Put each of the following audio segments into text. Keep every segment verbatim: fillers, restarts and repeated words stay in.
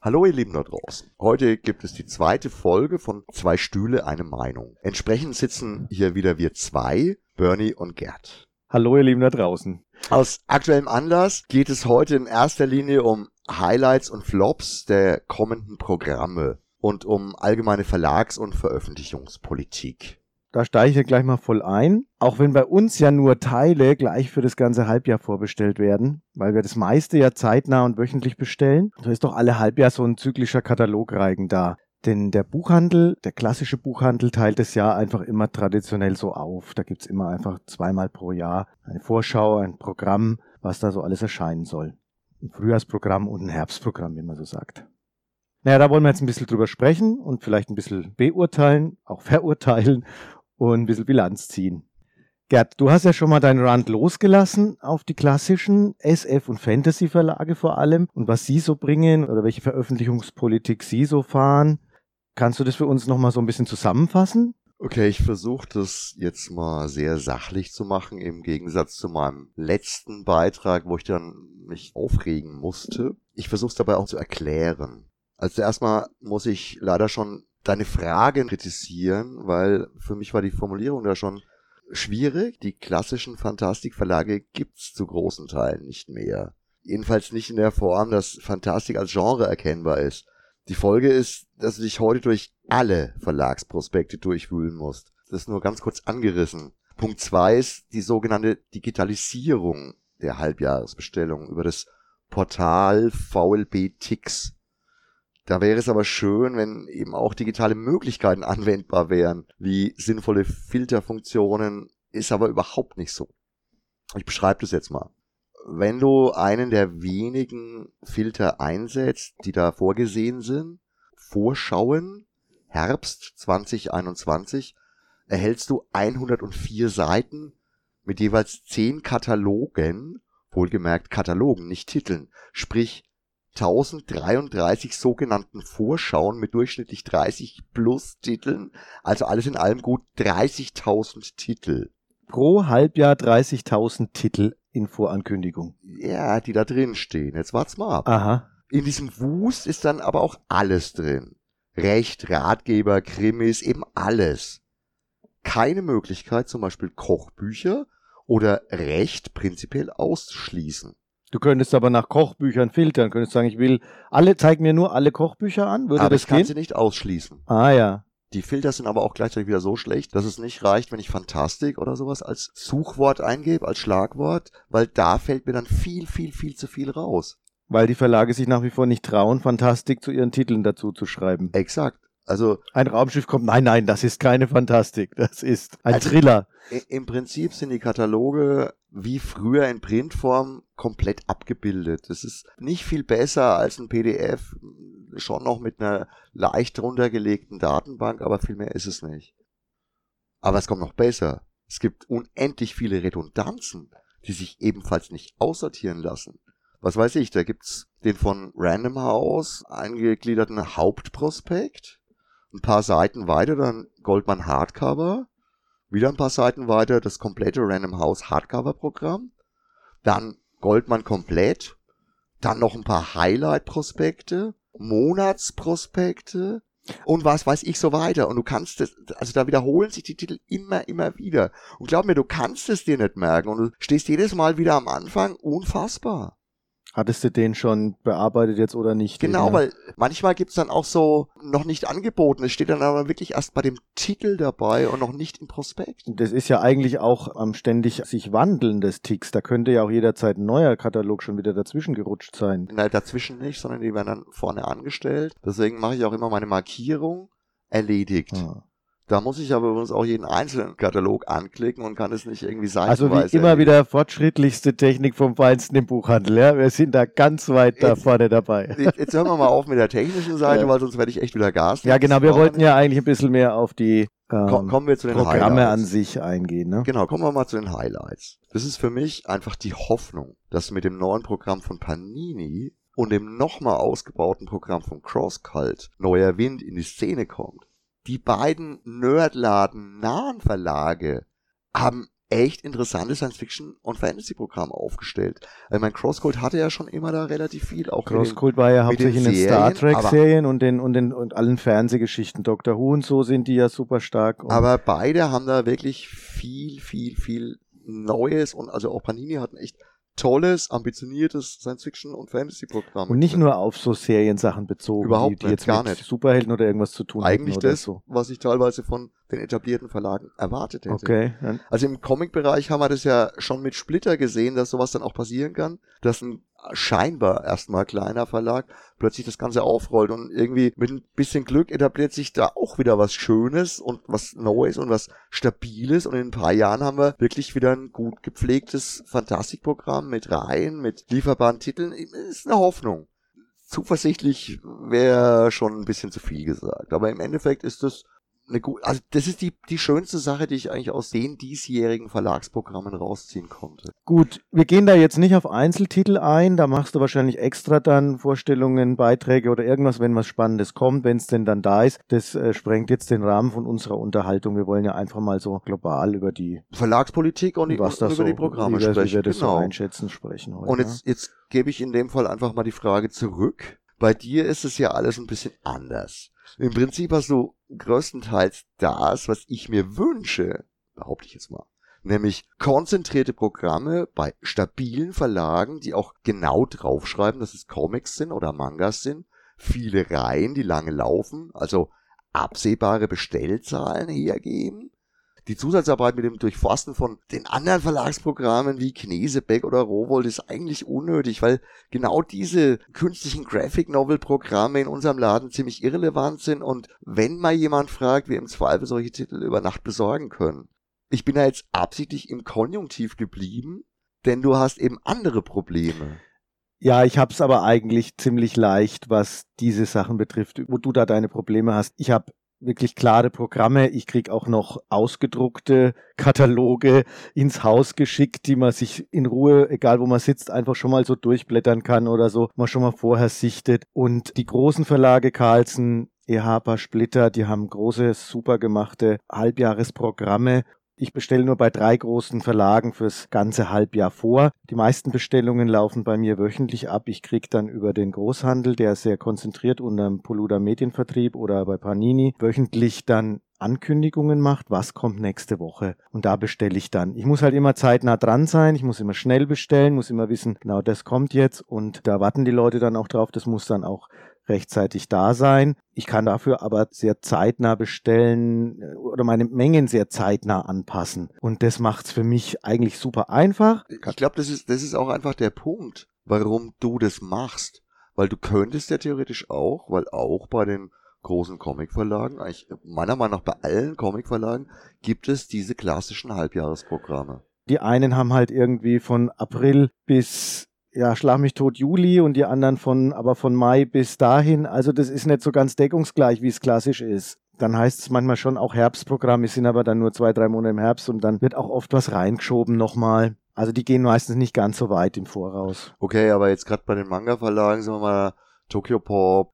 Hallo ihr Lieben da draußen. Heute gibt es die zweite Folge von Zwei Stühle, eine Meinung. Entsprechend sitzen hier wieder wir zwei, Bernie und Gerd. Hallo ihr Lieben da draußen. Aus aktuellem Anlass geht es heute in erster Linie um Highlights und Flops der kommenden Programme und um allgemeine Verlags- und Veröffentlichungspolitik. Da steige ich gleich mal voll ein, auch wenn bei uns ja nur Teile gleich für das ganze Halbjahr vorbestellt werden, weil wir das meiste ja zeitnah und wöchentlich bestellen. So ist doch alle Halbjahr so ein zyklischer Katalogreigen da. Denn der Buchhandel, der klassische Buchhandel teilt das Jahr einfach immer traditionell so auf. Da gibt's immer einfach zweimal pro Jahr eine Vorschau, ein Programm, was da so alles erscheinen soll. Ein Frühjahrsprogramm und ein Herbstprogramm, wie man so sagt. Naja, da wollen wir jetzt ein bisschen drüber sprechen und vielleicht ein bisschen beurteilen, auch verurteilen und ein bisschen Bilanz ziehen. Gerd, du hast ja schon mal deinen Rand losgelassen auf die klassischen S F- und Fantasy-Verlage vor allem und was sie so bringen oder welche Veröffentlichungspolitik sie so fahren. Kannst du das für uns nochmal so ein bisschen zusammenfassen? Okay, ich versuche das jetzt mal sehr sachlich zu machen, im Gegensatz zu meinem letzten Beitrag, wo ich dann mich aufregen musste. Ich versuche es dabei auch zu erklären. Also erstmal muss ich leider schon deine Frage kritisieren, weil für mich war die Formulierung da schon schwierig. Die klassischen Fantastikverlage gibt's zu großen Teilen nicht mehr. Jedenfalls nicht in der Form, dass Fantastik als Genre erkennbar ist. Die Folge ist, dass du dich heute durch alle Verlagsprospekte durchwühlen musst. Das ist nur ganz kurz angerissen. Punkt zwei ist die sogenannte Digitalisierung der Halbjahresbestellung über das Portal V L B T X. Da wäre es aber schön, wenn eben auch digitale Möglichkeiten anwendbar wären, wie sinnvolle Filterfunktionen, ist aber überhaupt nicht so. Ich beschreibe das jetzt mal. Wenn du einen der wenigen Filter einsetzt, die da vorgesehen sind, Vorschauen, Herbst zwanzig einundzwanzig, erhältst du hundertvier Seiten mit jeweils zehn Katalogen, wohlgemerkt Katalogen, nicht Titeln, sprich tausenddreiunddreißig sogenannten Vorschauen mit durchschnittlich dreißig plus Titeln, also alles in allem gut dreißigtausend Titel. Pro Halbjahr dreißigtausend Titel in Vorankündigung. Ja, die da drin stehen. Jetzt wart's mal ab. Aha. In diesem Wust ist dann aber auch alles drin. Recht, Ratgeber, Krimis, eben alles. Keine Möglichkeit, zum Beispiel Kochbücher oder Recht prinzipiell auszuschließen. Du könntest aber nach Kochbüchern filtern, könntest sagen, ich will alle, zeig mir nur alle Kochbücher an, würde aber das ich kann gehen? sie nicht ausschließen. Ah ja. Die Filter sind aber auch gleichzeitig wieder so schlecht, dass es nicht reicht, wenn ich Fantastik oder sowas als Suchwort eingebe, als Schlagwort, weil da fällt mir dann viel, viel, viel zu viel raus. Weil die Verlage sich nach wie vor nicht trauen, Fantastik zu ihren Titeln dazu zu schreiben. Exakt. Also ein Raumschiff kommt, nein, nein, das ist keine Fantastik, das ist ein also, Thriller. Im Prinzip sind die Kataloge wie früher in Printform komplett abgebildet. Das ist nicht viel besser als ein P D F, schon noch mit einer leicht runtergelegten Datenbank, aber viel mehr ist es nicht. Aber es kommt noch besser. Es gibt unendlich viele Redundanzen, die sich ebenfalls nicht aussortieren lassen. Was weiß ich, da gibt's den von Random House eingegliederten Hauptprospekt, ein paar Seiten weiter dann Goldman Hardcover, wieder ein paar Seiten weiter das komplette Random House Hardcover-Programm, dann Goldman komplett, dann noch ein paar Highlight-Prospekte, Monatsprospekte und was weiß ich so weiter. Und du kannst es, also da wiederholen sich die Titel immer, immer wieder. Und glaub mir, du kannst es dir nicht merken und du stehst jedes Mal wieder am Anfang, unfassbar. Hattest du den schon bearbeitet jetzt oder nicht? Genau, den, weil manchmal gibt's dann auch so noch nicht angeboten. Es steht dann aber wirklich erst bei dem Titel dabei und noch nicht im Prospekt. Das ist ja eigentlich auch am ständig sich wandelndes T X. Da könnte ja auch jederzeit ein neuer Katalog schon wieder dazwischen gerutscht sein. Nein, dazwischen nicht, sondern die werden dann vorne angestellt. Deswegen mache ich auch immer meine Markierung erledigt. Ah. Da muss ich aber übrigens auch jeden einzelnen Katalog anklicken und kann es nicht irgendwie seitenweise. Also wie immer erleben. Wieder fortschrittlichste Technik vom Feinsten im Buchhandel. Ja? Wir sind da ganz weit da jetzt, vorne dabei. Jetzt, jetzt hören wir mal auf mit der technischen Seite, ja. Weil sonst werde ich echt wieder Gas. Ja genau, wir wollten ja eigentlich ein bisschen mehr auf die ähm, kommen wir zu den Programme Highlights. An sich eingehen. Ne? Genau, kommen wir mal zu den Highlights. Das ist für mich einfach die Hoffnung, dass mit dem neuen Programm von Panini und dem nochmal ausgebauten Programm von CrossCult neuer Wind in die Szene kommt. Die beiden Nerdladen-nahen Verlage haben echt interessantes Science-Fiction- und Fantasy-Programm aufgestellt. Ich meine, CrossCult hatte ja schon immer da relativ viel. Auch CrossCult war ja hauptsächlich in den Star Trek-Serien und, den, und, den, und allen Fernsehgeschichten. Doctor Who und so sind die ja super stark. Aber beide haben da wirklich viel, viel, viel Neues und also auch Panini hatten echt tolles, ambitioniertes Science-Fiction- und Fantasy-Programm. Und nicht nur auf so Seriensachen bezogen, Überhaupt die, die nicht, jetzt gar mit nicht. Superhelden oder irgendwas zu tun haben. Eigentlich oder das, so. was ich teilweise von den etablierten Verlagen erwartet hätte. Okay. Dann Also im Comic-Bereich haben wir das ja schon mit Splitter gesehen, dass sowas dann auch passieren kann, dass ein scheinbar erstmal kleiner Verlag plötzlich das Ganze aufrollt und irgendwie mit ein bisschen Glück etabliert sich da auch wieder was Schönes und was Neues und was Stabiles und in ein paar Jahren haben wir wirklich wieder ein gut gepflegtes Fantastikprogramm mit Reihen, mit lieferbaren Titeln. Ist eine Hoffnung. Zuversichtlich wäre schon ein bisschen zu viel gesagt, aber im Endeffekt ist das eine gute, also das ist die, die schönste Sache, die ich eigentlich aus den diesjährigen Verlagsprogrammen rausziehen konnte. Gut, wir gehen da jetzt nicht auf Einzeltitel ein, da machst du wahrscheinlich extra dann Vorstellungen, Beiträge oder irgendwas, wenn was Spannendes kommt, wenn es denn dann da ist. Das äh, sprengt jetzt den Rahmen von unserer Unterhaltung. Wir wollen ja einfach mal so global über die Verlagspolitik und, die, was und das über so, die Programme wie wir, sprechen. Wie wir das genau. so einschätzen, sprechen heute. Und jetzt, jetzt gebe ich in dem Fall einfach mal die Frage zurück. Bei dir ist es ja alles ein bisschen anders. Im Prinzip hast du größtenteils das, was ich mir wünsche, behaupte ich jetzt mal. Nämlich konzentrierte Programme bei stabilen Verlagen, die auch genau draufschreiben, dass es Comics sind oder Mangas sind. Viele Reihen, die lange laufen, also absehbare Bestellzahlen hergeben. Die Zusatzarbeit mit dem Durchforsten von den anderen Verlagsprogrammen wie Knesebeck oder Rowohlt ist eigentlich unnötig, weil genau diese künstlichen Graphic-Novel-Programme in unserem Laden ziemlich irrelevant sind und wenn mal jemand fragt, wir im Zweifel solche Titel über Nacht besorgen können. Ich bin da jetzt absichtlich im Konjunktiv geblieben, denn du hast eben andere Probleme. Ja, ich hab's aber eigentlich ziemlich leicht, was diese Sachen betrifft, wo du da deine Probleme hast. Ich habe wirklich klare Programme. Ich krieg auch noch ausgedruckte Kataloge ins Haus geschickt, die man sich in Ruhe, egal wo man sitzt, einfach schon mal so durchblättern kann oder so, man schon mal vorher sichtet. Und die großen Verlage Carlsen, eHarper, Splitter, die haben große, super gemachte Halbjahresprogramme. Ich bestelle nur bei drei großen Verlagen fürs ganze Halbjahr vor. Die meisten Bestellungen laufen bei mir wöchentlich ab. Ich kriege dann über den Großhandel, der sehr konzentriert unter dem Poluda Medienvertrieb oder bei Panini, wöchentlich dann Ankündigungen macht, was kommt nächste Woche. Und da bestelle ich dann. Ich muss halt immer zeitnah dran sein, ich muss immer schnell bestellen, muss immer wissen, genau das kommt jetzt. Und da warten die Leute dann auch drauf, das muss dann auch rechtzeitig da sein. Ich kann dafür aber sehr zeitnah bestellen oder meine Mengen sehr zeitnah anpassen. Und das macht's für mich eigentlich super einfach. Ich glaube, das ist, das ist auch einfach der Punkt, warum du das machst. Weil du könntest ja theoretisch auch, weil auch bei den großen Comicverlagen, eigentlich meiner Meinung nach bei allen Comicverlagen, gibt es diese klassischen Halbjahresprogramme. Die einen haben halt irgendwie von April bis ja, schlag mich tot Juli und die anderen von, aber von Mai bis dahin. Also das ist nicht so ganz deckungsgleich, wie es klassisch ist. Dann heißt es manchmal schon auch Herbstprogramme, sind aber dann nur zwei, drei Monate im Herbst und dann wird auch oft was reingeschoben nochmal. Also die gehen meistens nicht ganz so weit im Voraus. Okay, aber jetzt gerade bei den Manga-Verlagen, sagen wir mal, Tokyopop,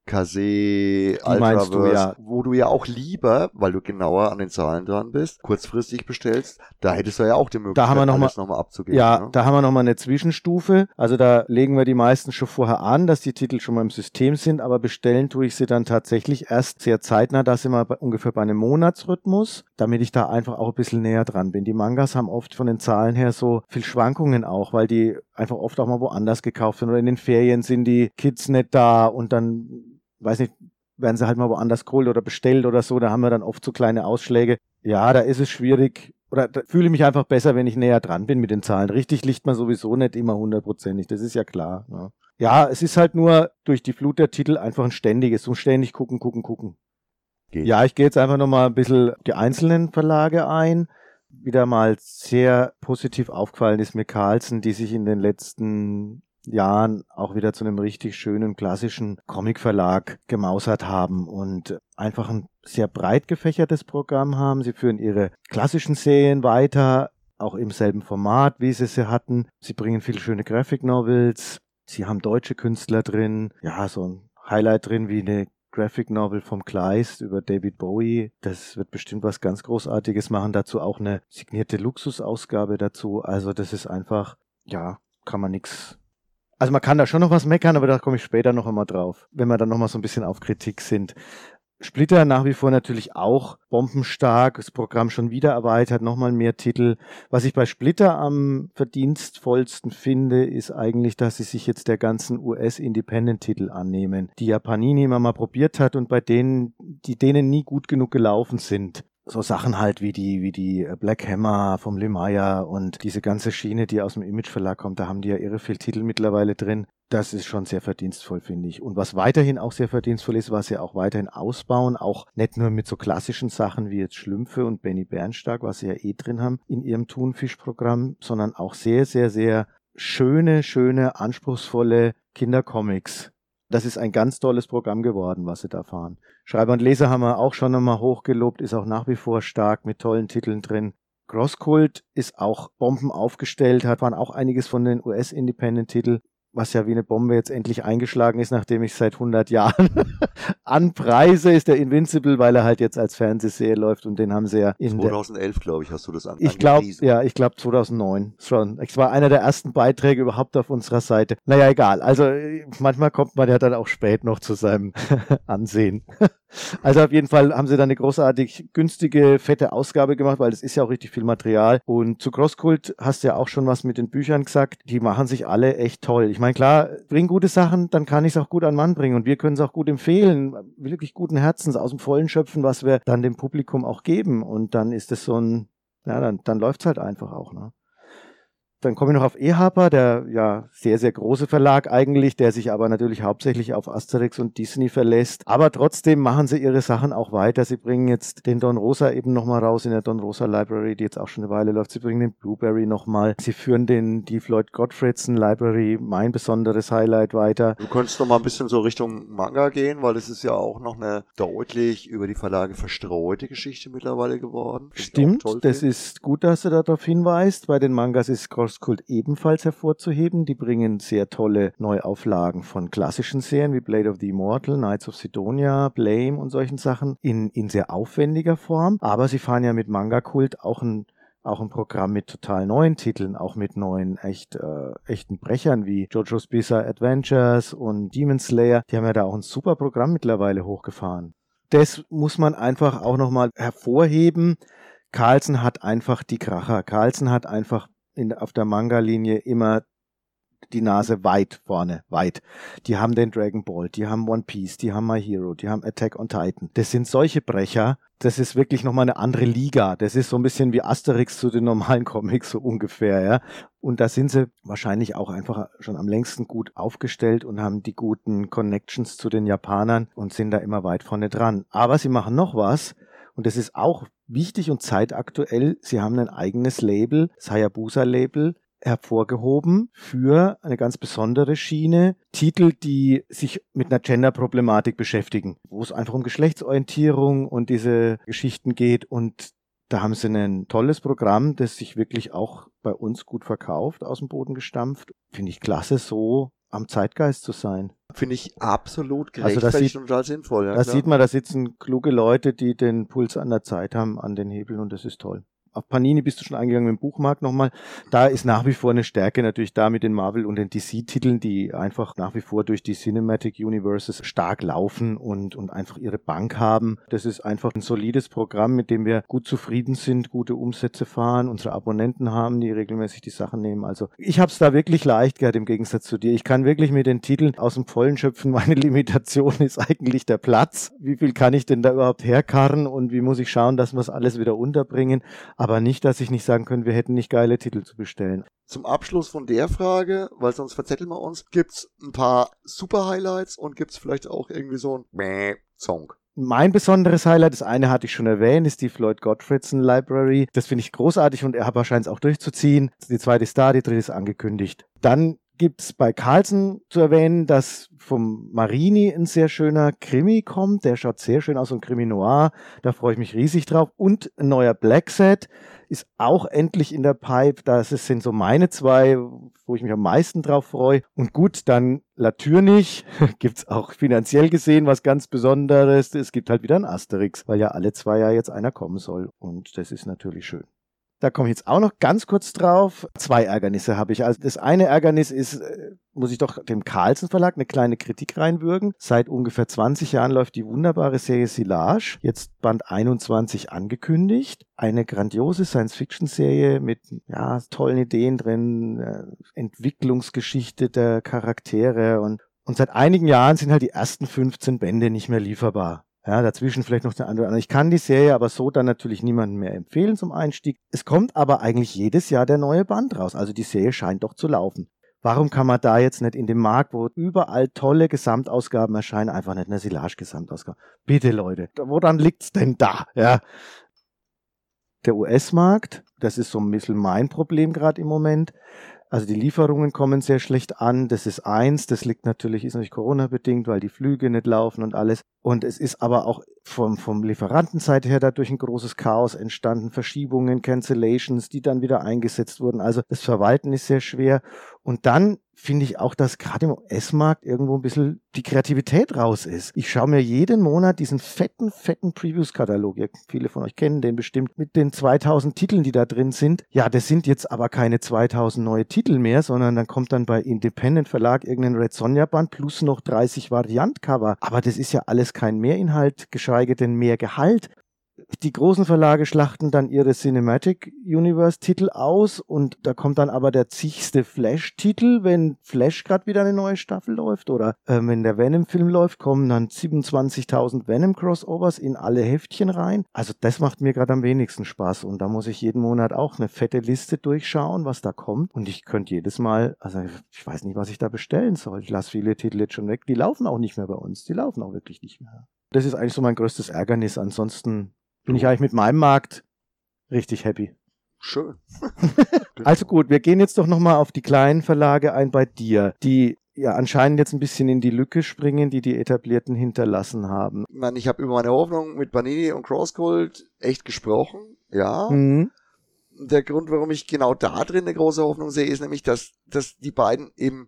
Kase, Ultraverse, du, ja. wo du ja auch lieber, weil du genauer an den Zahlen dran bist, kurzfristig bestellst, da hättest du ja auch die Möglichkeit, da haben wir noch alles mal, nochmal abzugeben. Ja, ne? Da haben wir nochmal eine Zwischenstufe. Also da legen wir die meisten schon vorher an, dass die Titel schon mal im System sind, aber bestellen tue ich sie dann tatsächlich erst sehr zeitnah. Da sind wir bei, ungefähr bei einem Monatsrhythmus, damit ich da einfach auch ein bisschen näher dran bin. Die Mangas haben oft von den Zahlen her so viel Schwankungen auch, weil die einfach oft auch mal woanders gekauft werden oder in den Ferien sind die Kids nicht da und dann, weiß nicht, werden sie halt mal woanders geholt oder bestellt oder so, da haben wir dann oft so kleine Ausschläge. Ja, da ist es schwierig oder da fühle ich mich einfach besser, wenn ich näher dran bin mit den Zahlen. Richtig liegt man sowieso nicht immer hundertprozentig, das ist ja klar. Ja. ja, es ist halt nur durch die Flut der Titel einfach ein ständiges, so ständig gucken, gucken, gucken. Geht. Ja, ich gehe jetzt einfach nochmal ein bisschen die einzelnen Verlage ein. Wieder mal sehr positiv aufgefallen ist mir Carlsen, die sich in den letzten Jahren auch wieder zu einem richtig schönen klassischen Comicverlag gemausert haben und einfach ein sehr breit gefächertes Programm haben. Sie führen ihre klassischen Serien weiter, auch im selben Format, wie sie sie hatten. Sie bringen viele schöne Graphic Novels. Sie haben deutsche Künstler drin. Ja, so ein Highlight drin wie eine Graphic Novel vom Kleist über David Bowie. Das wird bestimmt was ganz Großartiges machen. Dazu auch eine signierte Luxusausgabe dazu. Also das ist einfach, ja, kann man nix. Also man kann da schon noch was meckern, aber da komme ich später noch einmal drauf, wenn wir dann noch mal so ein bisschen auf Kritik sind. Splitter nach wie vor natürlich auch bombenstark, das Programm schon wieder erweitert, nochmal mehr Titel. Was ich bei Splitter am verdienstvollsten finde, ist eigentlich, dass sie sich jetzt der ganzen U S-Independent-Titel annehmen, die ja Panini immer mal probiert hat und bei denen, die denen nie gut genug gelaufen sind. So Sachen halt wie die, wie die Black Hammer vom Lemire und diese ganze Schiene, die aus dem Image Verlag kommt, da haben die ja irre viel Titel mittlerweile drin. Das ist schon sehr verdienstvoll, finde ich. Und was weiterhin auch sehr verdienstvoll ist, was sie auch weiterhin ausbauen, auch nicht nur mit so klassischen Sachen wie jetzt Schlümpfe und Benny Bärenstark, was sie ja eh drin haben in ihrem Thunfisch-Programm, sondern auch sehr, sehr, sehr schöne, schöne, anspruchsvolle Kindercomics. Das ist ein ganz tolles Programm geworden, was sie da fahren. Schreiber und Leser haben wir auch schon nochmal hochgelobt, ist auch nach wie vor stark mit tollen Titeln drin. Crosskult ist auch Bomben aufgestellt, hat waren auch einiges von den U S-Independent-Titeln, was ja wie eine Bombe jetzt endlich eingeschlagen ist, nachdem ich seit hundert Jahren anpreise, ist der Invincible, weil er halt jetzt als Fernsehserie läuft und den haben sie ja in zweitausendelf, glaube ich, hast du das an. Ich glaube, ja, ich glaube zweitausendneun schon. Es war einer der ersten Beiträge überhaupt auf unserer Seite. Naja, egal. Also manchmal kommt man ja dann auch spät noch zu seinem Ansehen. Also auf jeden Fall haben sie dann eine großartig günstige, fette Ausgabe gemacht, weil es ist ja auch richtig viel Material. Und zu Crosskult hast du ja auch schon was mit den Büchern gesagt. Die machen sich alle echt toll. Ich meine, klar, bring gute Sachen, dann kann ich es auch gut an den Mann bringen. Und wir können es auch gut empfehlen, wirklich guten Herzens aus dem Vollen schöpfen, was wir dann dem Publikum auch geben. Und dann ist es so ein, ja, dann, dann läuft es halt einfach auch, ne? Dann komme ich noch auf eHarper, der ja sehr, sehr große Verlag eigentlich, der sich aber natürlich hauptsächlich auf Asterix und Disney verlässt. Aber trotzdem machen sie ihre Sachen auch weiter. Sie bringen jetzt den Don Rosa eben nochmal raus in der Don Rosa Library, die jetzt auch schon eine Weile läuft. Sie bringen den Blueberry nochmal. Sie führen den die Floyd Gottfredson Library, mein besonderes Highlight, weiter. Du könntest noch mal ein bisschen so Richtung Manga gehen, weil es ist ja auch noch eine deutlich über die Verlage verstreute Geschichte mittlerweile geworden. Stimmt, das ist gut, dass du darauf hinweist. Bei den Mangas ist Crosskult ebenfalls hervorzuheben. Die bringen sehr tolle Neuauflagen von klassischen Serien wie Blade of the Immortal, Knights of Sidonia, Blame und solchen Sachen in, in sehr aufwendiger Form. Aber sie fahren ja mit Manga-Kult auch ein Auch ein Programm mit total neuen Titeln, auch mit neuen echt äh, echten Brechern wie JoJo's Bizarre Adventures und Demon Slayer. Die haben ja da auch ein super Programm mittlerweile hochgefahren. Das muss man einfach auch nochmal hervorheben. Carlsen hat einfach die Kracher. Carlsen hat einfach in, auf der Manga-Linie immer die Nase weit vorne, weit. Die haben den Dragon Ball, die haben One Piece, die haben My Hero, die haben Attack on Titan. Das sind solche Brecher, das ist wirklich nochmal eine andere Liga. Das ist so ein bisschen wie Asterix zu den normalen Comics, so ungefähr, ja. Und da sind sie wahrscheinlich auch einfach schon am längsten gut aufgestellt und haben die guten Connections zu den Japanern und sind da immer weit vorne dran. Aber sie machen noch was, und das ist auch wichtig und zeitaktuell. Sie haben ein eigenes Label, das Hayabusa-Label, hervorgehoben für eine ganz besondere Schiene. Titel, die sich mit einer Gender-Problematik beschäftigen, wo es einfach um Geschlechtsorientierung und diese Geschichten geht. Und da haben sie ein tolles Programm, das sich wirklich auch bei uns gut verkauft, aus dem Boden gestampft. Finde ich klasse, so am Zeitgeist zu sein. Finde ich absolut gerechtfertigt also sieht, und total sinnvoll. Ja, da sieht man, da sitzen kluge Leute, die den Puls an der Zeit haben, an den Hebeln, und das ist toll. Auf Panini bist du schon eingegangen mit dem Buchmarkt nochmal. Da ist nach wie vor eine Stärke natürlich da mit den Marvel- und den D C-Titeln, die einfach nach wie vor durch die Cinematic Universes stark laufen und, und einfach ihre Bank haben. Das ist einfach ein solides Programm, mit dem wir gut zufrieden sind, gute Umsätze fahren, unsere Abonnenten haben, die regelmäßig die Sachen nehmen. Also ich habe es da wirklich leicht gehabt im Gegensatz zu dir. Ich kann wirklich mit den Titeln aus dem Vollen schöpfen. Meine Limitation ist eigentlich der Platz. Wie viel kann ich denn da überhaupt herkarren und wie muss ich schauen, dass wir es alles wieder unterbringen? Aber nicht, dass ich nicht sagen könnte, wir hätten nicht geile Titel zu bestellen. Zum Abschluss von der Frage, weil sonst verzetteln wir uns, gibt's ein paar super Highlights und gibt's vielleicht auch irgendwie so ein Mäh-Song? Mein besonderes Highlight, das eine hatte ich schon erwähnt, ist die Floyd Gottfredson Library. Das finde ich großartig und er hat wahrscheinlich auch durchzuziehen. Die zweite ist da, die dritte ist angekündigt. Dann gibt es bei Carlsen zu erwähnen, dass vom Marini ein sehr schöner Krimi kommt. Der schaut sehr schön aus, so ein Krimi Noir. Da freue ich mich riesig drauf. Und ein neuer Black Set ist auch endlich in der Pipe. Das sind so meine zwei, wo ich mich am meisten drauf freue. Und gut, dann natürlich gibt es auch finanziell gesehen was ganz Besonderes. Es gibt halt wieder ein Asterix, weil ja alle zwei Jahre jetzt einer kommen soll. Und das ist natürlich schön. Da komme ich jetzt auch noch ganz kurz drauf. Zwei Ärgernisse habe ich. Also das eine Ärgernis ist, muss ich doch dem Carlsen Verlag eine kleine Kritik reinwürgen. Seit ungefähr zwanzig Jahren läuft die wunderbare Serie Silage. Jetzt Band einundzwanzig angekündigt. Eine grandiose Science-Fiction-Serie mit ja, tollen Ideen drin, äh, Entwicklungsgeschichte der Charaktere. Und, und seit einigen Jahren sind halt die ersten fünfzehn Bände nicht mehr lieferbar. Ja, dazwischen vielleicht noch der andere. Also ich kann die Serie aber so dann natürlich niemandem mehr empfehlen zum Einstieg. Es kommt aber eigentlich jedes Jahr der neue Band raus. Also die Serie scheint doch zu laufen. Warum kann man da jetzt nicht in dem Markt, wo überall tolle Gesamtausgaben erscheinen, einfach nicht eine Silage-Gesamtausgabe? Bitte, Leute, woran liegt's denn da? Ja. Der U S-Markt, das ist so ein bisschen mein Problem gerade im Moment. Also die Lieferungen kommen sehr schlecht an, das ist eins, das liegt natürlich, ist natürlich Corona-bedingt, weil die Flüge nicht laufen und alles. Und es ist aber auch vom, vom Lieferantenseite her dadurch ein großes Chaos entstanden, Verschiebungen, Cancellations, die dann wieder eingesetzt wurden. Also das Verwalten ist sehr schwer. Und dann finde ich auch, dass gerade im U S-Markt irgendwo ein bisschen die Kreativität raus ist. Ich schaue mir jeden Monat diesen fetten, fetten Previews-Katalog, viele von euch kennen den bestimmt, mit den zweitausend Titeln, die da drin sind. Ja, das sind jetzt aber keine zweitausend neue Titel mehr, sondern dann kommt dann bei Independent Verlag irgendein Red Sonja-Band plus noch dreißig Variant-Cover. Aber das ist ja alles kein Mehrinhalt, geschweige denn mehr Gehalt. Die großen Verlage schlachten dann ihre Cinematic Universe Titel aus und da kommt dann aber der zigste Flash-Titel, wenn Flash gerade wieder eine neue Staffel läuft oder äh, wenn der Venom-Film läuft, kommen dann siebenundzwanzigtausend Venom-Crossovers in alle Heftchen rein. Also das macht mir gerade am wenigsten Spaß und da muss ich jeden Monat auch eine fette Liste durchschauen, was da kommt und ich könnte jedes Mal, also ich weiß nicht, was ich da bestellen soll. Ich lasse viele Titel jetzt schon weg, die laufen auch nicht mehr bei uns, die laufen auch wirklich nicht mehr. Das ist eigentlich so mein größtes Ärgernis, ansonsten bin ich eigentlich mit meinem Markt richtig happy. Schön. Also gut, wir gehen jetzt doch nochmal auf die kleinen Verlage ein bei dir, die ja anscheinend jetzt ein bisschen in die Lücke springen, die die Etablierten hinterlassen haben. Ich meine, ich habe über meine Hoffnung mit Panini und Crosscult echt gesprochen, ja. Mhm. Der Grund, warum ich genau da drin eine große Hoffnung sehe, ist nämlich, dass, dass die beiden eben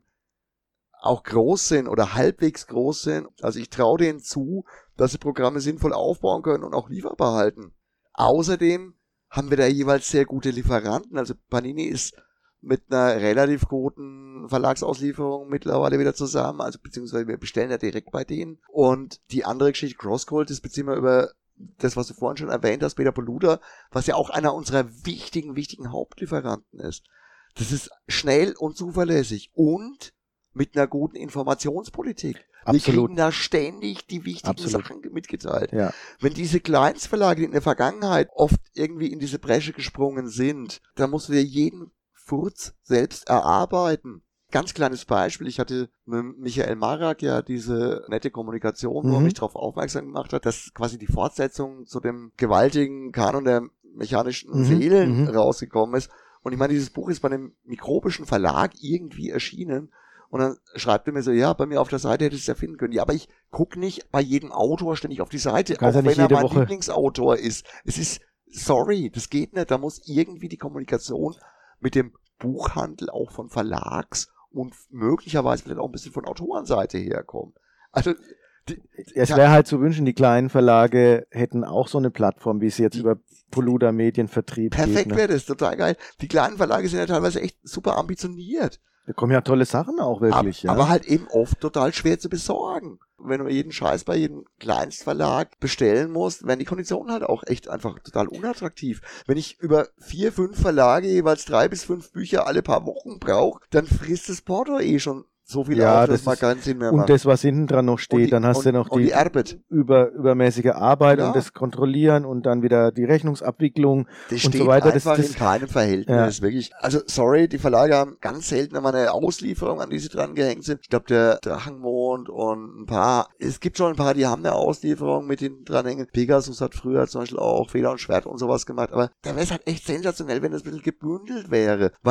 auch groß sind oder halbwegs groß sind. Also ich traue denen zu, dass sie Programme sinnvoll aufbauen können und auch lieferbar halten. Außerdem haben wir da jeweils sehr gute Lieferanten. Also Panini ist mit einer relativ guten Verlagsauslieferung mittlerweile wieder zusammen. Also beziehungsweise wir bestellen ja direkt bei denen. Und die andere Geschichte, Crosscult, das beziehen wir über das, was du vorhin schon erwähnt hast, Peter Poluda, was ja auch einer unserer wichtigen, wichtigen Hauptlieferanten ist. Das ist schnell und zuverlässig und mit einer guten Informationspolitik. Absolut. Wir kriegen da ständig die wichtigen Absolut. Sachen mitgeteilt. Ja. Wenn diese Kleinstverlage, die in der Vergangenheit oft irgendwie in diese Bresche gesprungen sind, da musst du dir jeden Furz selbst erarbeiten. Ganz kleines Beispiel, ich hatte mit Michael Marak ja diese nette Kommunikation, wo er Mhm. mich darauf aufmerksam gemacht hat, dass quasi die Fortsetzung zu dem gewaltigen Kanon der mechanischen Mhm. Seelen Mhm. rausgekommen ist. Und ich meine, dieses Buch ist bei einem mikrobischen Verlag irgendwie erschienen. Und dann schreibt er mir so, ja, bei mir auf der Seite hättest du es ja finden können. Ja, aber ich gucke nicht bei jedem Autor ständig auf die Seite, Kannst auch ja nicht wenn er jede mein Woche. Lieblingsautor ist. Es ist, sorry, das geht nicht. Da muss irgendwie die Kommunikation mit dem Buchhandel auch von Verlags- und möglicherweise vielleicht auch ein bisschen von Autorenseite herkommen. Also, die, Es ja, wäre halt zu wünschen, die kleinen Verlage hätten auch so eine Plattform, wie es jetzt Die- über Poluda Medienvertrieb perfekt geht. Ne? wäre das, total geil. Die kleinen Verlage sind ja teilweise echt super ambitioniert. Da kommen ja tolle Sachen auch wirklich. aber, ja. aber halt eben oft total schwer zu besorgen. Wenn du jeden Scheiß bei jedem Kleinstverlag bestellen musst, werden die Konditionen halt auch echt einfach total unattraktiv. Wenn ich über vier, fünf Verlage jeweils drei bis fünf Bücher alle paar Wochen brauche, dann frisst das Porto eh schon so viel Ja, auf, dass das mal ist- keinen Sinn mehr Und macht. das, was hinten dran noch steht, Und die- dann hast und, du noch und die, die Arbeit. über, übermäßige Arbeit Ja. und das Kontrollieren und dann wieder die Rechnungsabwicklung. Das und steht so weiter, das- einfach das- in keinem Verhältnis, wirklich. Also, sorry, die Verlage haben ganz selten einmal eine Auslieferung, an die sie dran gehängt sind. Ich glaube, der Drachenmond und ein paar, es gibt schon ein paar, die haben eine Auslieferung mit den dranhängen. Pegasus hat früher zum Beispiel auch Feder und Schwert und sowas gemacht, aber da wäre es halt echt sensationell, wenn das ein bisschen gebündelt wäre, weil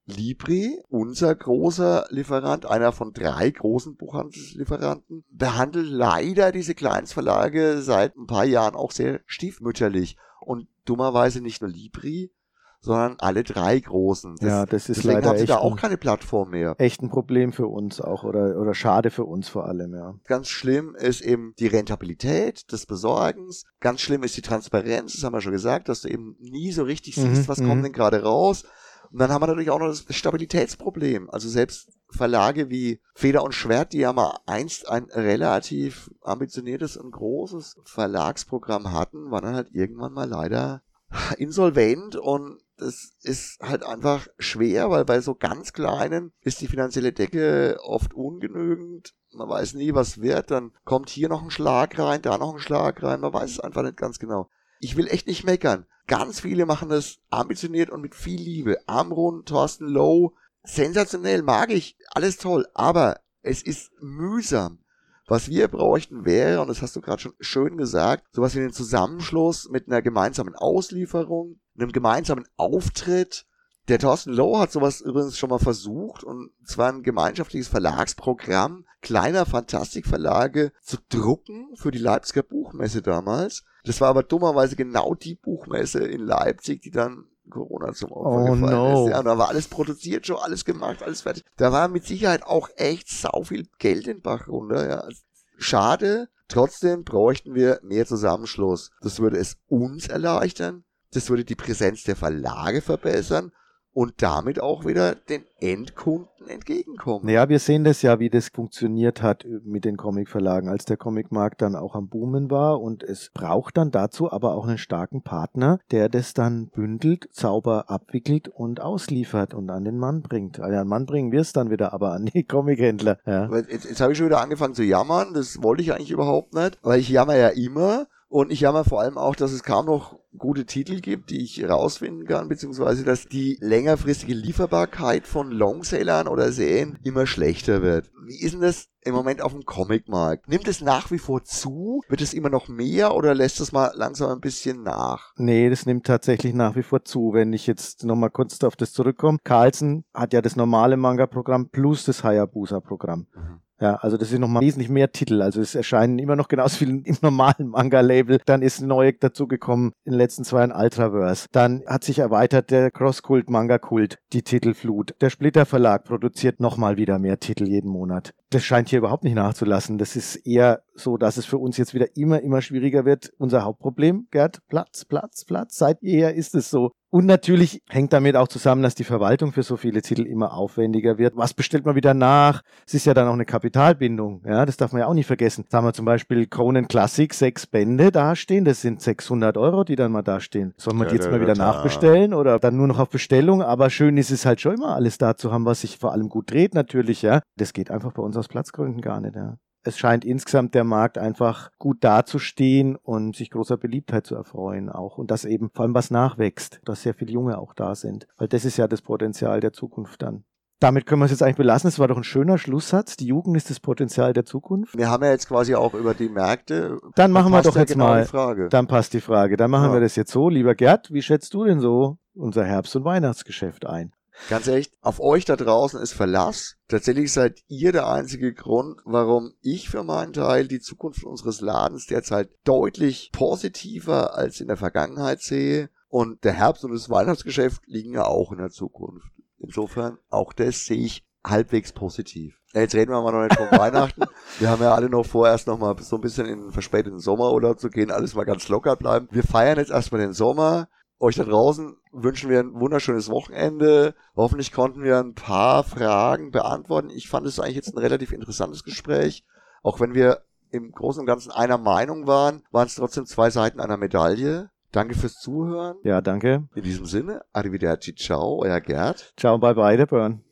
Libri, unser großer Lieferant, einer von drei großen Buchhandelslieferanten, behandelt leider diese Kleinstverlage seit ein paar Jahren auch sehr stiefmütterlich. Und dummerweise nicht nur Libri, sondern alle drei großen. Das, ja, das ist deswegen leider haben sie echt da auch ein, keine Plattform mehr. echt ein Problem für uns auch oder, oder schade für uns vor allem, ja. Ganz schlimm ist eben die Rentabilität des Besorgens. Ganz schlimm ist die Transparenz, das haben wir schon gesagt, dass du eben nie so richtig Mhm, siehst, was mhm. kommt denn gerade raus. Und dann haben wir natürlich auch noch das Stabilitätsproblem. Also selbst Verlage wie Feder und Schwert, die ja mal einst ein relativ ambitioniertes und großes Verlagsprogramm hatten, waren dann halt irgendwann mal leider insolvent, und das ist halt einfach schwer, weil bei so ganz kleinen ist die finanzielle Decke oft ungenügend. Man weiß nie, was wird. Dann kommt hier noch ein Schlag rein, da noch ein Schlag rein. Man weiß es einfach nicht ganz genau. Ich will echt nicht meckern. Ganz viele machen das ambitioniert und mit viel Liebe. Amrun, Thorsten Low, sensationell, mag ich, alles toll. Aber es ist mühsam. Was wir bräuchten wäre, und das hast du gerade schon schön gesagt, sowas wie einen Zusammenschluss mit einer gemeinsamen Auslieferung, einem gemeinsamen Auftritt. Der Thorsten Low hat sowas übrigens schon mal versucht, und zwar ein gemeinschaftliches Verlagsprogramm kleiner Fantastikverlage zu drucken für die Leipziger Buchmesse damals. Das war aber dummerweise genau die Buchmesse in Leipzig, die dann Corona zum Opfer Oh gefallen no. ist. Ja, und da war alles produziert, schon alles gemacht, alles fertig. Da war mit Sicherheit auch echt sau viel Geld in den Bach runter. Ja. Schade, trotzdem bräuchten wir mehr Zusammenschluss. Das würde es uns erleichtern, das würde die Präsenz der Verlage verbessern und damit auch wieder den Endkunden entgegenkommen. Ja, wir sehen das ja, wie das funktioniert hat mit den Comicverlagen, als der Comicmarkt dann auch am Boomen war, und es braucht dann dazu aber auch einen starken Partner, der das dann bündelt, sauber abwickelt und ausliefert und an den Mann bringt. Also an den Mann bringen wir es dann wieder aber an die Comichändler. Ja. Jetzt, jetzt habe ich schon wieder angefangen zu jammern, das wollte ich eigentlich überhaupt nicht, weil ich jammer ja immer. Und ich jammer vor allem auch, dass es kaum noch gute Titel gibt, die ich rausfinden kann, beziehungsweise dass die längerfristige Lieferbarkeit von Longsellern oder Serien immer schlechter wird. Wie ist denn das im Moment auf dem Comicmarkt? Nimmt es nach wie vor zu? Wird es immer noch mehr oder lässt es mal langsam ein bisschen nach? Nee, das nimmt tatsächlich nach wie vor zu. Wenn ich jetzt nochmal kurz auf das zurückkomme. Carlsen hat ja das normale Manga-Programm plus das Hayabusa-Programm. Mhm. Ja, also das sind nochmal wesentlich mehr Titel. Also es erscheinen immer noch genauso viel im normalen Manga-Label. Dann ist neu dazugekommen in den letzten zwei Jahren Ultraverse. Dann hat sich erweitert der Cross-Kult, Manga-Kult, die Titelflut. Der Splitter Verlag produziert nochmal wieder mehr Titel jeden Monat. Das scheint hier überhaupt nicht nachzulassen. Das ist eher so, dass es für uns jetzt wieder immer, immer schwieriger wird. Unser Hauptproblem, Gerd, Platz, Platz, Platz. Seit jeher ist es so. Und natürlich hängt damit auch zusammen, dass die Verwaltung für so viele Titel immer aufwendiger wird. Was bestellt man wieder nach? Es ist ja dann auch eine Kapitalbindung. Ja, das darf man ja auch nicht vergessen. Sagen wir zum Beispiel Conan Classic, sechs Bände dastehen. Das sind sechshundert Euro, die dann mal dastehen. Sollen wir die jetzt mal wieder nachbestellen oder dann nur noch auf Bestellung? Aber schön ist es halt schon immer, alles da zu haben, was sich vor allem gut dreht natürlich. Ja, das geht einfach bei uns aus Platzgründen gar nicht. Ja. Es scheint insgesamt der Markt einfach gut dazustehen und sich großer Beliebtheit zu erfreuen auch. Und dass eben vor allem was nachwächst, dass sehr viele Junge auch da sind. Weil das ist ja das Potenzial der Zukunft dann. Damit können wir es jetzt eigentlich belassen. Es war doch ein schöner Schlusssatz. Die Jugend ist das Potenzial der Zukunft. Wir haben ja jetzt quasi auch über die Märkte. Dann machen wir doch ja jetzt genau mal. Die Frage. Dann passt die Frage. Dann machen Ja. wir das jetzt so. Lieber Gerd, wie schätzt du denn so unser Herbst- und Weihnachtsgeschäft ein? Ganz ehrlich, auf euch da draußen ist Verlass. Tatsächlich seid ihr der einzige Grund, warum ich für meinen Teil die Zukunft unseres Ladens derzeit deutlich positiver als in der Vergangenheit sehe. Und der Herbst- und das Weihnachtsgeschäft liegen ja auch in der Zukunft. Insofern, auch das sehe ich halbwegs positiv. Ja, jetzt reden wir mal noch nicht von Weihnachten. Wir haben ja alle noch vorerst noch mal so ein bisschen in den verspäteten Sommerurlaub zu gehen, alles mal ganz locker bleiben. Wir feiern jetzt erstmal den Sommer. Euch da draußen wünschen wir ein wunderschönes Wochenende. Hoffentlich konnten wir ein paar Fragen beantworten. Ich fand es eigentlich jetzt ein relativ interessantes Gespräch. Auch wenn wir im Großen und Ganzen einer Meinung waren, waren es trotzdem zwei Seiten einer Medaille. Danke fürs Zuhören. Ja, danke. In diesem Sinne, arrivederci, ciao, euer Gerd. Ciao, bye bye, der Burn.